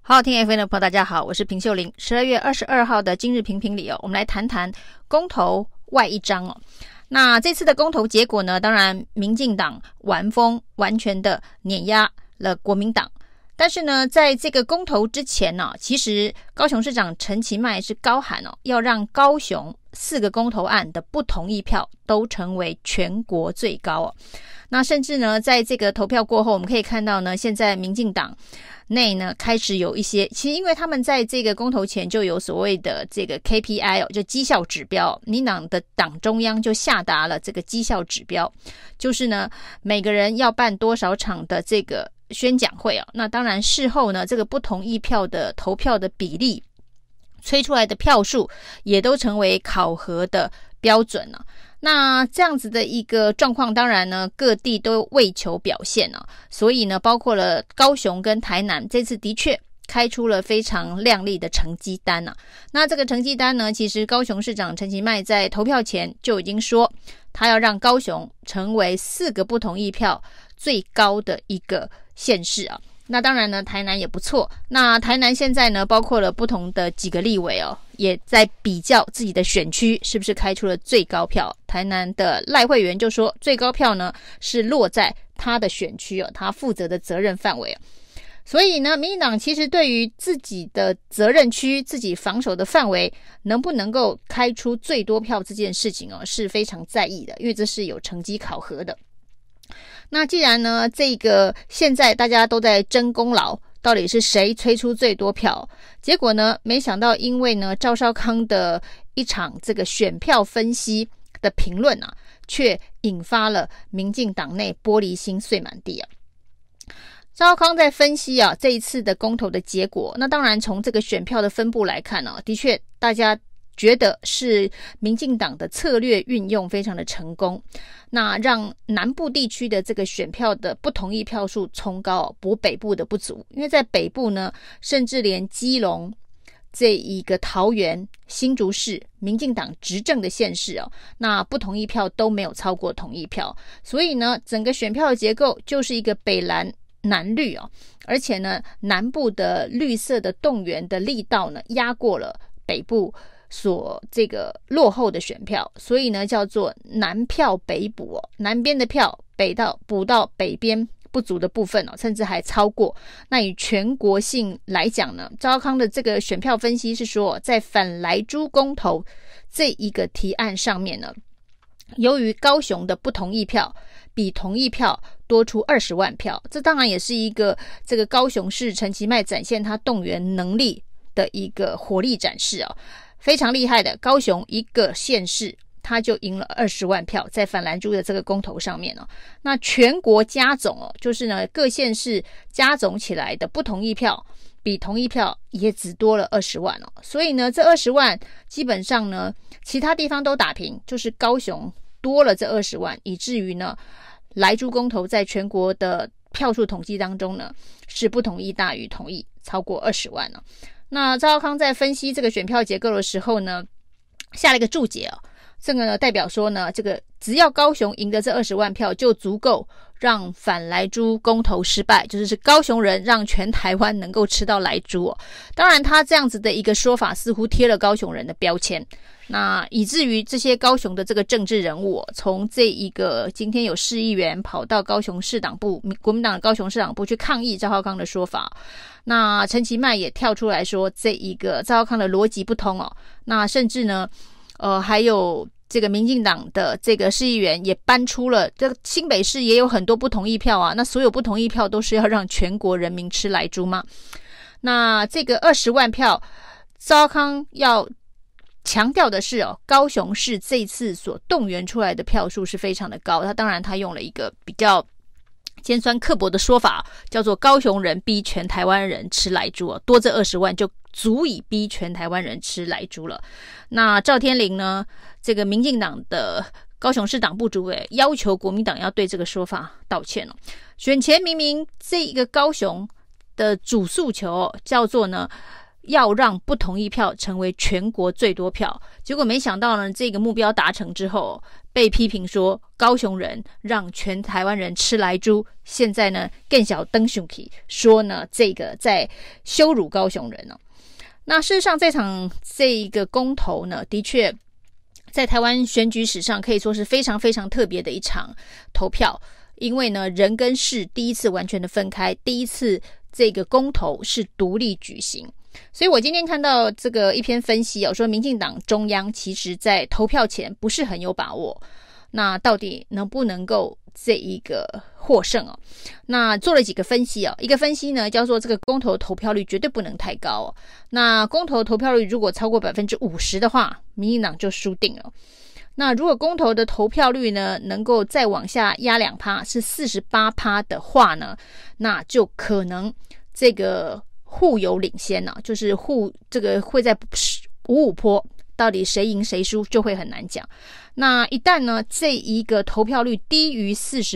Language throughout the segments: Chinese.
好好听 FM 的朋友大家好，我是平秀玲。12月22号的今日评评里我们来谈谈公投外一章那这次的公投结果呢，当然民进党完封，完全的碾压了国民党。但是呢，在这个公投之前其实高雄市长陈其迈是高喊要让高雄4个公投案的不同意票都成为全国最高那甚至呢，在这个投票过后，我们可以看到呢，现在民进党内呢开始有一些，其实因为他们在这个公投前就有所谓的这个 KPI 就绩效指标，民进党的党中央就下达了这个绩效指标，就是呢每个人要办多少场的这个宣讲会那当然事后呢，这个不同意票的投票的比例催出来的票数也都成为考核的标准那这样子的一个状况，当然呢各地都为求表现所以呢包括了高雄跟台南这次的确开出了非常亮丽的成绩单那这个成绩单呢，其实高雄市长陈其迈在投票前就已经说，他要让高雄成为4个不同意票最高的一个县市那当然呢台南也不错，那台南现在呢包括了不同的几个立委也在比较自己的选区是不是开出了最高票。台南的赖慧媛就说，最高票呢是落在他的选区他负责的责任范围所以呢，民进党其实对于自己的责任区、自己防守的范围能不能够开出最多票这件事情是非常在意的，因为这是有成绩考核的。那既然呢，这个现在大家都在争功劳，到底是谁催出最多票？结果呢，没想到因为呢赵少康的一场这个选票分析的评论却引发了民进党内玻璃心碎满地赵少康在分析这一次的公投的结果，那当然从这个选票的分布来看的确大家觉得是民进党的策略运用非常的成功，那让南部地区的这个选票的不同意票数冲高补北部的不足，因为在北部呢，甚至连基隆这一个桃园、新竹市民进党执政的县市那不同意票都没有超过同意票，所以呢，整个选票的结构就是一个北蓝南绿而且呢，南部的绿色的动员的力道呢，压过了北部所这个落后的选票，所以呢叫做南票北补南边的票补到北边不足的部分甚至还超过。那以全国性来讲呢，赵少康的这个选票分析是说，在反莱猪公投这一个提案上面呢，由于高雄的不同意票比同意票多出20万票，这当然也是一个这个高雄市陈其迈展现他动员能力的一个火力展示非常厉害的。高雄一个县市他就赢了20万票，在反蓝猪的这个公投上面那全国加总就是呢各县市加总起来的不同意票比同意票也只多了20万所以呢这20万基本上呢其他地方都打平，就是高雄多了这20万，以至于呢莱猪公投在全国的票数统计当中呢是不同意大于同意，超过20万那赵少康在分析这个选票结构的时候呢，下了一个注解这个呢代表说呢，这个只要高雄赢得这20万票就足够让反莱猪公投失败，就是高雄人让全台湾能够吃到莱猪当然他这样子的一个说法似乎贴了高雄人的标签，那以至于这些高雄的这个政治人物从这一个今天有市议员跑到高雄市党部，国民党的高雄市党部去抗议赵少康的说法，那陈其迈也跳出来说这一个赵少康的逻辑不通那甚至呢还有这个民进党的这个市议员也搬出了，这个新北市也有很多不同意票那所有不同意票都是要让全国人民吃莱猪吗？那这个20万票，赵少康要强调的是高雄市这一次所动员出来的票数是非常的高，当然他用了一个比较尖酸刻薄的说法，叫做高雄人逼全台湾人吃莱猪多这20万就足以逼全台湾人吃莱猪了。那赵天麟呢，这个民进党的高雄市党部主委要求国民党要对这个说法道歉选前明明这个高雄的主诉求叫做呢要让不同意票成为全国最多票，结果没想到呢这个目标达成之后， 被批评说高雄人让全台湾人吃来猪，现在呢更小登上去说呢这个在羞辱高雄人哦。那事实上这一个公投呢，的确在台湾选举史上可以说是非常非常特别的一场投票，因为呢人跟事第一次完全的分开，第一次这个公投是独立举行。所以我今天看到这个一篇分析说民进党中央其实在投票前不是很有把握，那到底能不能够这一个获胜哦？那做了几个分析哦，一个分析呢叫做这个公投投票率绝对不能太高哦。那公投投票率如果超过 50% 的话，民进党就输定了。那如果公投的投票率呢能够再往下压 2% 是 48% 的话呢，那就可能这个互有领先啊，就是这个会在五五波，到底谁赢谁输就会很难讲。那一旦呢这一个投票率低于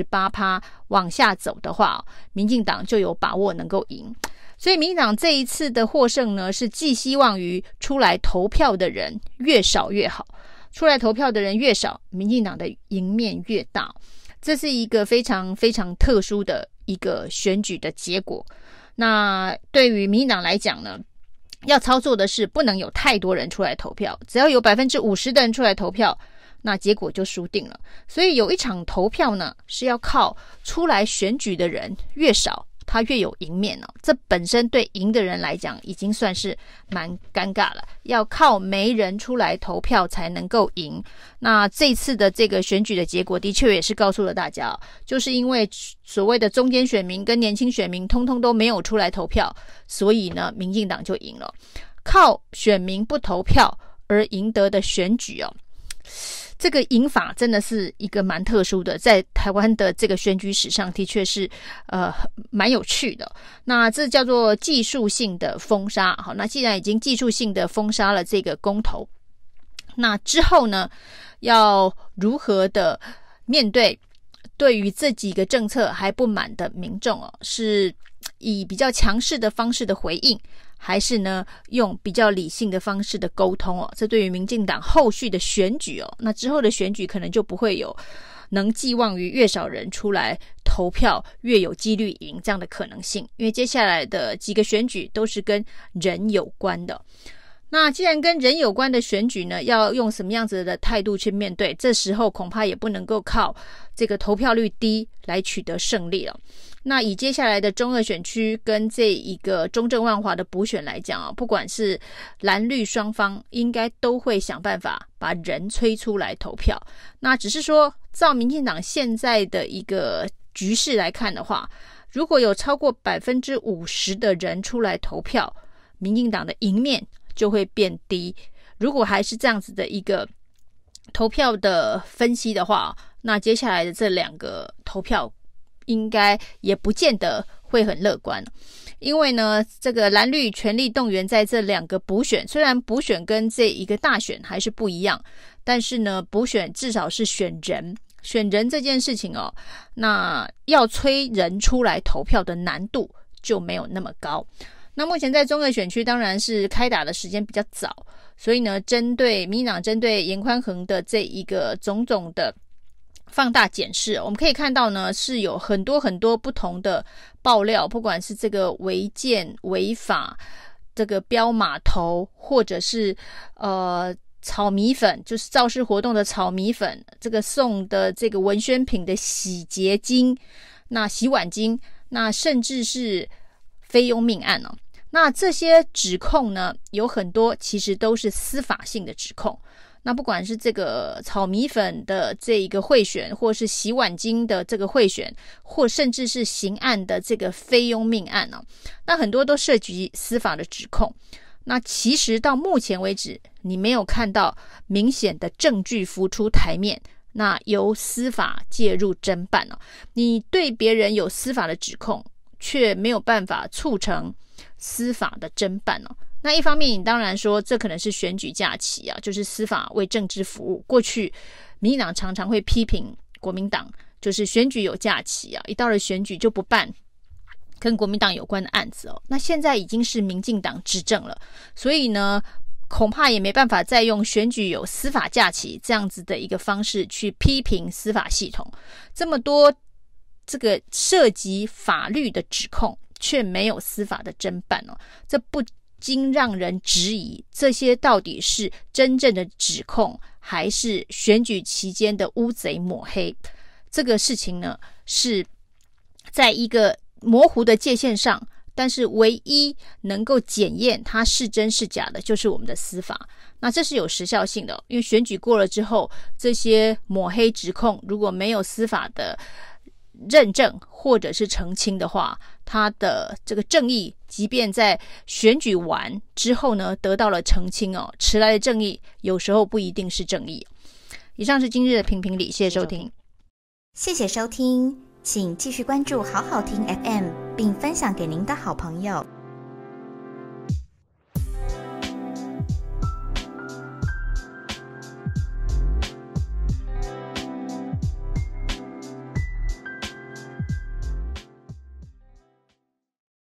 48% 往下走的话，民进党就有把握能够赢。所以民进党这一次的获胜呢，是寄希望于出来投票的人越少越好，出来投票的人越少，民进党的赢面越大。这是一个非常非常特殊的一个选举的结果。那对于民进党来讲呢，要操作的是不能有太多人出来投票，只要有 50% 的人出来投票，那结果就输定了。所以有一场投票呢，是要靠出来选举的人越少，他越有赢面哦。这本身对赢的人来讲已经算是蛮尴尬了，要靠没人出来投票才能够赢。那这次的这个选举的结果的确也是告诉了大家，就是因为所谓的中间选民跟年轻选民通通都没有出来投票，所以呢民进党就赢了。靠选民不投票而赢得的选举哦，这个赢法真的是一个蛮特殊的，在台湾的这个选举史上的确是蛮有趣的。那这叫做技术性的封杀。好，那既然已经技术性的封杀了这个公投，那之后呢要如何的面对于这几个政策还不满的民众哦，是以比较强势的方式的回应，还是呢用比较理性的方式的沟通哦？这对于民进党后续的选举哦，那之后的选举可能就不会有能寄望于越少人出来投票越有几率赢这样的可能性，因为接下来的几个选举都是跟人有关的。那既然跟人有关的选举呢，要用什么样子的态度去面对？这时候恐怕也不能够靠这个投票率低来取得胜利了。那以接下来的中二选区跟这一个中正万华的补选来讲啊，不管是蓝绿双方，应该都会想办法把人催出来投票。那只是说，照民进党现在的一个局势来看的话，如果有超过 50% 的人出来投票，民进党的赢面就会变低。如果还是这样子的一个投票的分析的话，那接下来的这两个投票应该也不见得会很乐观。因为呢这个蓝绿全力动员在这两个补选，虽然补选跟这一个大选还是不一样，但是呢补选至少是选人这件事情哦，那要催人出来投票的难度就没有那么高。那目前在中二选区当然是开打的时间比较早，所以呢民进党针对严宽恒的这一个种种的放大检视，我们可以看到呢是有很多很多不同的爆料，不管是这个违建违法这个标码头，或者是炒米粉，就是造势活动的炒米粉，这个送的这个文宣品的洗洁精，那洗碗精，那甚至是菲佣命案哦。那这些指控呢，有很多其实都是司法性的指控。那不管是这个炒米粉的这一个贿选，或是洗碗精的这个贿选，或甚至是刑案的这个菲佣命案哦，那很多都涉及司法的指控。那其实到目前为止，你没有看到明显的证据浮出台面，那由司法介入侦办哦。你对别人有司法的指控，却没有办法促成司法的侦办哦。那一方面你当然说这可能是选举假期啊，就是司法为政治服务。过去民进党常常会批评国民党，就是选举有假期啊，一到了选举就不办跟国民党有关的案子哦。那现在已经是民进党执政了，所以呢恐怕也没办法再用选举有司法假期这样子的一个方式去批评司法系统。这么多这个涉及法律的指控，却没有司法的侦办哦，这不禁让人质疑，这些到底是真正的指控，还是选举期间的乌贼抹黑？这个事情呢，是在一个模糊的界限上，但是唯一能够检验它是真是假的，就是我们的司法。那这是有时效性的，因为选举过了之后，这些抹黑指控如果没有司法的认证或者是澄清的话，它的这个正义即便在选举完之后呢得到了澄清哦，迟来的正义有时候不一定是正义。以上是今日的评评理，谢谢收听。 谢谢收听，请继续关注好好听 FM， 并分享给您的好朋友。